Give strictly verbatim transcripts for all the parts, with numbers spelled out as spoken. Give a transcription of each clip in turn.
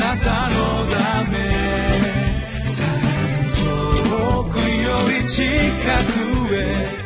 なたのため遠くより近くへ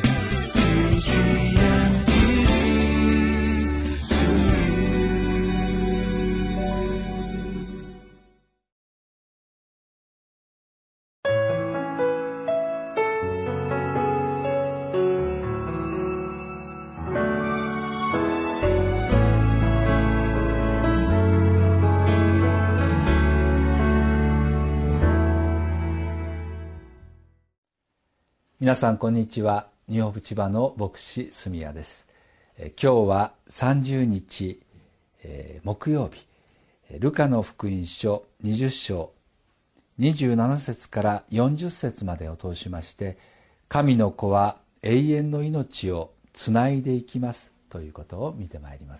皆さんこんにちは。ニューホープ千葉の牧師住谷です。え今日はさんじゅうにち、えー、木曜日、ルカの福音書にじゅっしょうにじゅうななせつからよんじゅっせつまでを通しまして、神の子は永遠の命をつないでいきますということを見てまいります。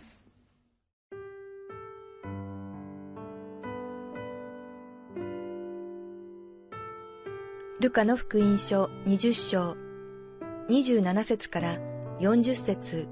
ルカの福音書にじゅっしょうにじゅうななせつからよんじゅっせつ。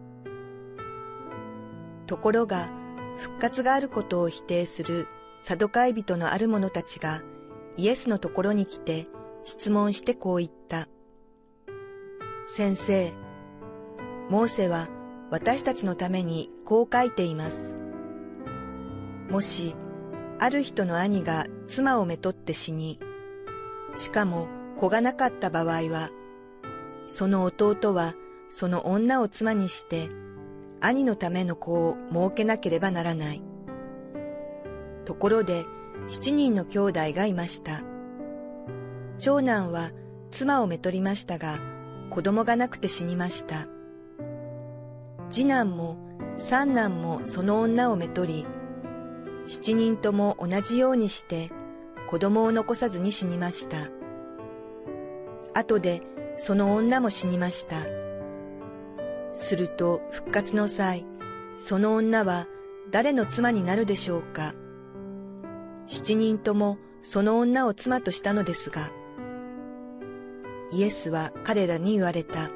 ところが復活があることを否定するサドカイ人のある者たちがイエスのところに来て質問してこう言った。先生、モーセは私たちのためにこう書いています。もしある人の兄が妻をめとって死に、しかも子がなかった場合は、その弟はその女を妻にして兄のための子を設けなければならない。ところで七人の兄弟がいました。長男は妻をめとりましたが、子供がなくて死にました。次男も三男もその女をめとり、七人とも同じようにして子供を残さずに死にました。後でその女も死にました。すると復活の際、その女は誰の妻になるでしょうか。七人ともその女を妻としたのですが、イエスは彼らに言われた。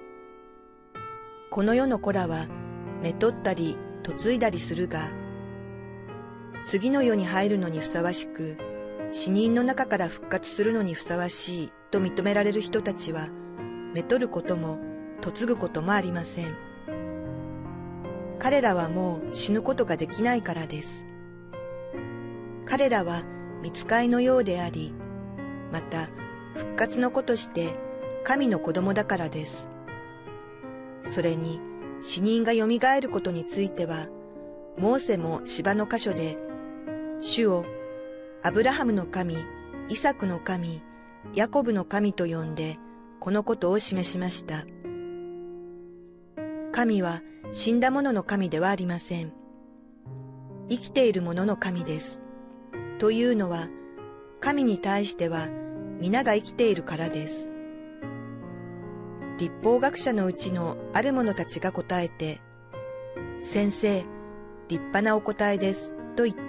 この世の子らはめとったり嫁いだりするが、次の世に入るのにふさわしく、死人の中から復活するのにふさわしいと認められる人たちは、めとることも嫁ぐこともありません。彼らはもう死ぬことができないからです。彼らは御使いのようであり、また復活の子として神の子供だからです。それに死人がよみがえることについては、モーセも芝の箇所で、主をアブラハムの神、イサクの神、ヤコブの神と呼んで、このことを示しました。神は死んだ者の神ではありません。生きている者の神です。というのは、神に対しては皆が生きているからです。律法学者のうちのある者たちが答えて、先生、立派なお答えです、と言った。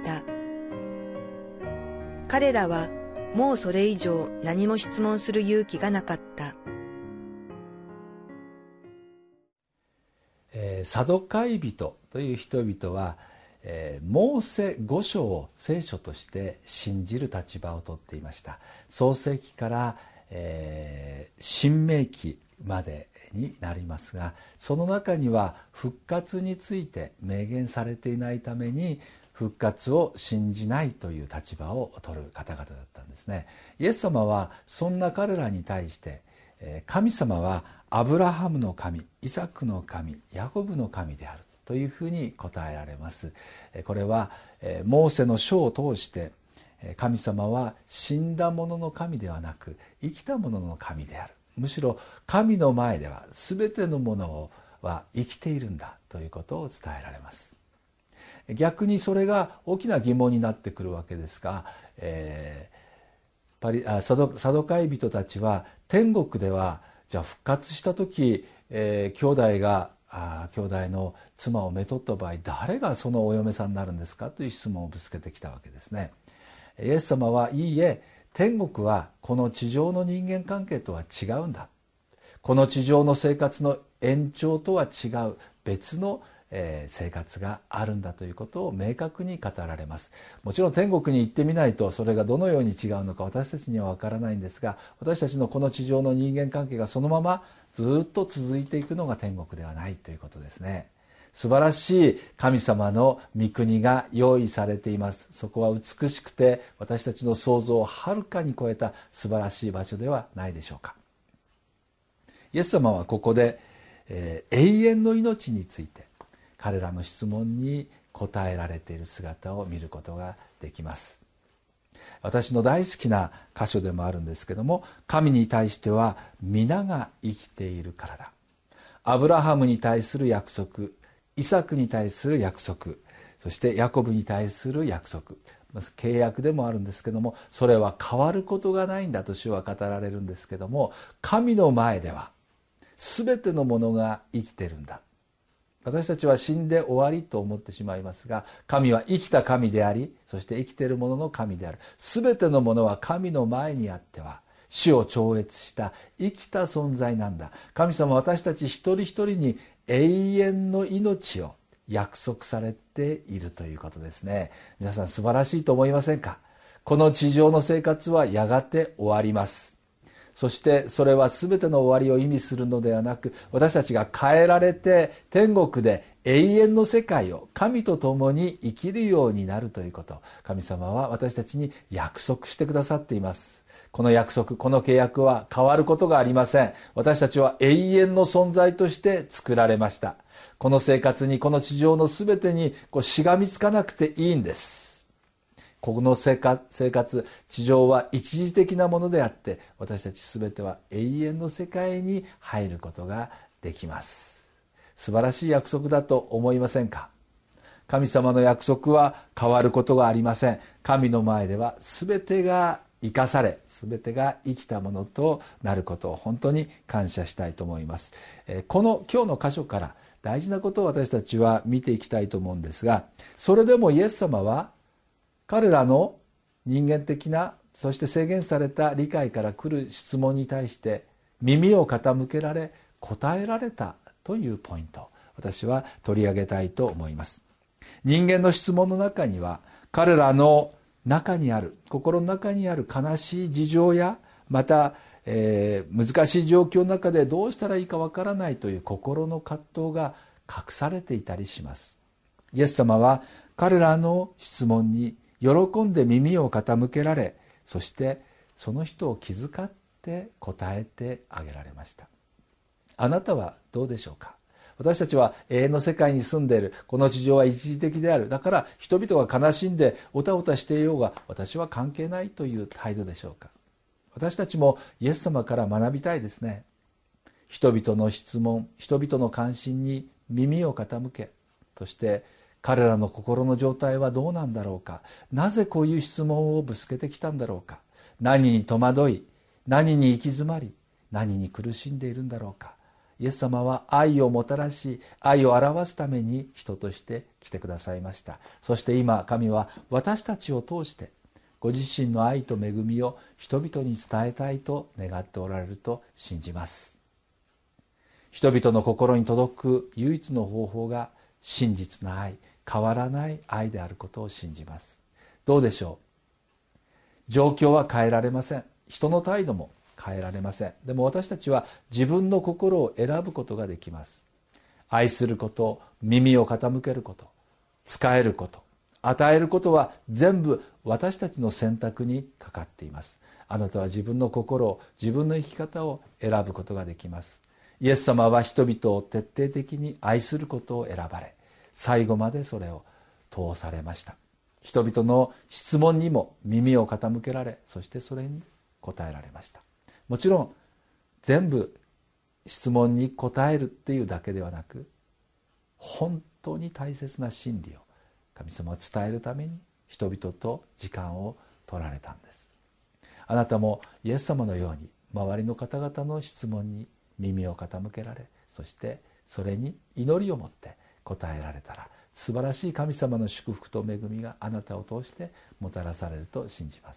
彼らはもうそれ以上何も質問する勇気がなかった。 えー、サドカイ人という人々は、えー、モーセ五書を聖書として信じる立場をとっていました。創世記から、えー、新明記までになりますが、その中には復活について明言されていないために、復活を信じないという立場を取る方々だったんですね。イエス様はそんな彼らに対して、神様はアブラハムの神、イサクの神、ヤコブの神であるというふうに答えられます。これはモーセの書を通して神様は死んだ者の神ではなく生きた者の神である。むしろ神の前では全てのものは生きているんだということを伝えられます。逆にそれが大きな疑問になってくるわけですが、えー、パリあサド、サドカイ人たちは天国ではじゃあ復活した時、えー、兄弟があ兄弟の妻をめとった場合、誰がそのお嫁さんになるんですかという質問をぶつけてきたわけですね。イエス様はいいえ、天国はこの地上の人間関係とは違うんだ。この地上の生活の延長とは違う別のえー、生活があるんだということを明確に語られます。もちろん天国に行ってみないとそれがどのように違うのか私たちには分からないんですが、私たちのこの地上の人間関係がそのままずっと続いていくのが天国ではないということですね。素晴らしい神様の御国が用意されています。そこは美しくて私たちの想像をはるかに超えた素晴らしい場所ではないでしょうか。イエス様はここで、えー、永遠の命について彼らの質問に答えられている姿を見ることができます。私の大好きな箇所でもあるんですけども、神に対しては皆が生きているからだ。アブラハムに対する約束、イサクに対する約束、そしてヤコブに対する約束、契約でもあるんですけども、それは変わることがないんだと主は語られるんですけども、神の前では全てのものが生きてるんだ。私たちは死んで終わりと思ってしまいますが、神は生きた神であり、そして生きているものの神である。全てのものは神の前にあっては死を超越した生きた存在なんだ。神様は私たち一人一人に永遠の命を約束されているということですね。皆さん素晴らしいと思いませんか？この地上の生活はやがて終わります。そしてそれは全ての終わりを意味するのではなく、私たちが変えられて天国で永遠の世界を神と共に生きるようになるということ、神様は私たちに約束してくださっています。この約束、この契約は変わることがありません。私たちは永遠の存在として作られました。この生活に、この地上の全てにこうしがみつかなくていいんです。この生活、生活、地上は一時的なものであって、私たち全ては永遠の世界に入ることができます。素晴らしい約束だと思いませんか？神様の約束は変わることがありません。神の前では全てが生かされ、全てが生きたものとなることを本当に感謝したいと思います。この今日の箇所から大事なことを私たちは見ていきたいと思うんですが、それでもイエス様は彼らの人間的な、そして制限された理解から来る質問に対して耳を傾けられ答えられたというポイント、私は取り上げたいと思います。人間の質問の中には彼らの中にある、心の中にある悲しい事情や、また、えー、難しい状況の中でどうしたらいいかわからないという心の葛藤が隠されていたりします。イエス様は彼らの質問に喜んで耳を傾けられ、そしてその人を気遣って答えてあげられました。あなたはどうでしょうか？私たちは永遠の世界に住んでいる。この地上は一時的である。だから人々が悲しんでおたおたしていようが私は関係ないという態度でしょうか？私たちもイエス様から学びたいですね。人々の質問、人々の関心に耳を傾け、そして彼らの心の状態はどうなんだろうか。なぜこういう質問をぶつけてきたんだろうか。何に戸惑い、何に行き詰まり、何に苦しんでいるんだろうか。イエス様は愛をもたらし、愛を表すために人として来てくださいました。そして今、神は私たちを通してご自身の愛と恵みを人々に伝えたいと願っておられると信じます。人々の心に届く唯一の方法が真実な愛、変わらない愛であることを信じます。どうでしょう？状況は変えられません。人の態度も変えられません。でも私たちは自分の心を選ぶことができます。愛すること、耳を傾けること、仕えること、与えることは全部私たちの選択にかかっています。あなたは自分の心を、自分の生き方を選ぶことができます。イエス様は人々を徹底的に愛することを選ばれ、最後までそれを通されました。人々の質問にも耳を傾けられ、そしてそれに答えられました。もちろん全部質問に答えるっていうだけではなく、本当に大切な真理を神様は伝えるために人々と時間を取られたんです。あなたもイエス様のように周りの方々の質問に耳を傾けられ、そしてそれに祈りを持って答えられたら、素晴らしい神様の祝福と恵みがあなたを通してもたらされると信じます。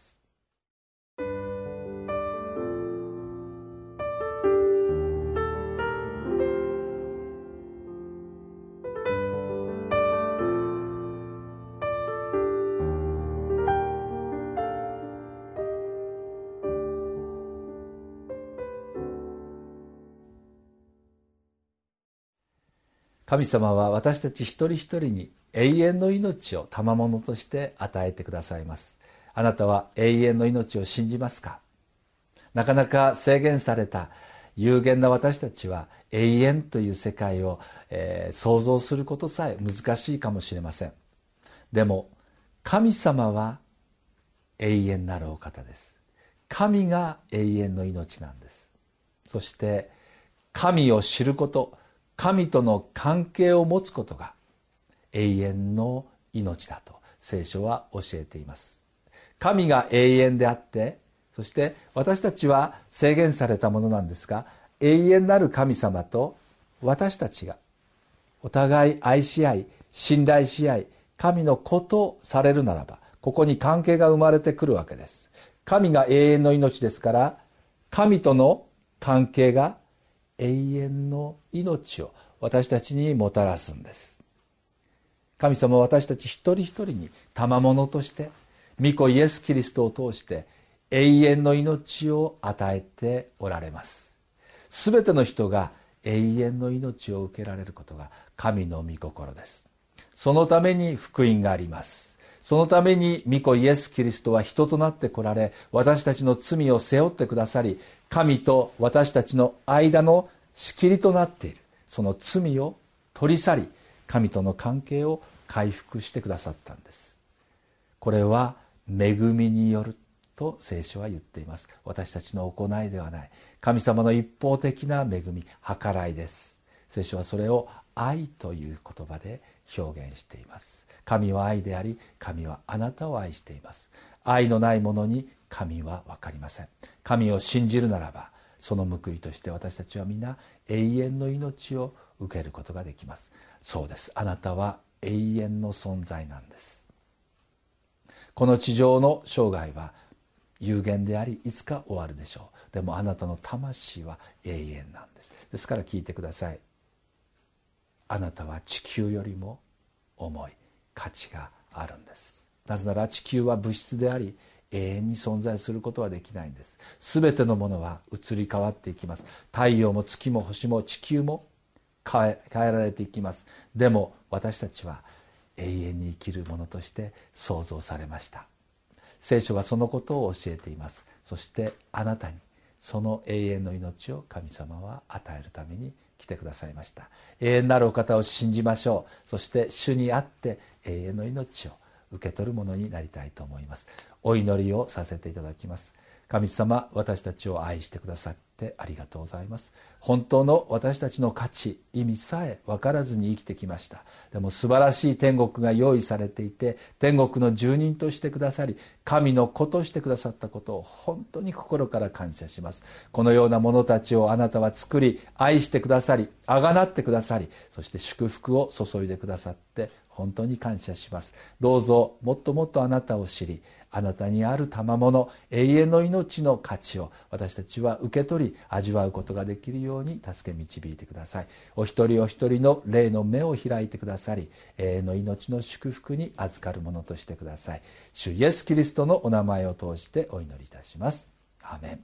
神様は私たち一人一人に永遠の命を賜物として与えてくださいます。あなたは永遠の命を信じますか？なかなか制限された有限な私たちは永遠という世界を、えー、想像することさえ難しいかもしれません。でも神様は永遠なるお方です。神が永遠の命なんです。そして神を知ること、神との関係を持つことが永遠の命だと聖書は教えています。神が永遠であって、そして私たちは制限されたものなんですが、永遠なる神様と私たちがお互い愛し合い、信頼し合い、神の子とされるならば、ここに関係が生まれてくるわけです。神が永遠の命ですから、神との関係が永遠の命を私たちにもたらすんです。神様は私たち一人一人に賜物として御子イエス・キリストを通して永遠の命を与えておられます。すべての人が永遠の命を受けられることが神の御心です。そのために福音があります。そのために御子イエス・キリストは人となって来られ、私たちの罪を背負ってくださり、神と私たちの間の仕切りとなっているその罪を取り去り、神との関係を回復してくださったんです。これは恵みによると聖書は言っています。私たちの行いではない、神様の一方的な恵み、計らいです。聖書はそれを愛という言葉で表現しています。神は愛であり、神はあなたを愛しています。愛のない者に神は分かりません。神を信じるならば、その報いとして私たちは皆永遠の命を受けることができます。そうです。あなたは永遠の存在なんです。この地上の生涯は有限であり、いつか終わるでしょう。でもあなたの魂は永遠なんです。ですから聞いてください。あなたは地球よりも重い価値があるんです。なぜなら地球は物質であり、永遠に存在することはできないんです。すべてのものは移り変わっていきます。太陽も月も星も地球も変え、変えられていきます。でも私たちは永遠に生きるものとして創造されました。聖書はそのことを教えています。そしてあなたにその永遠の命を神様は与えるために来てくださいました。永遠なるお方を信じましょう。そして主にあって永遠の命を受け取るものになりたいと思います。お祈りをさせていただきます。神様、私たちを愛してくださってありがとうございます。本当の私たちの価値、意味さえ分からずに生きてきました。でも素晴らしい天国が用意されていて、天国の住人としてくださり、神の子としてくださったことを本当に心から感謝します。このような者たちをあなたは作り、愛してくださり、あがなってくださり、そして祝福を注いでくださって本当に感謝します。どうぞもっともっとあなたを知り、あなたにある賜物、永遠の命の価値を私たちは受け取り味わうことができるように助け導いてください。お一人お一人の霊の目を開いてくださり、永遠の命の祝福に預かるものとしてください。主イエスキリストのお名前を通してお祈りいたします。アーメン。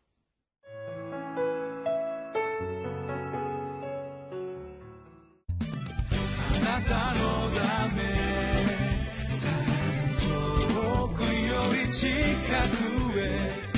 あなたのため遠くより近くへ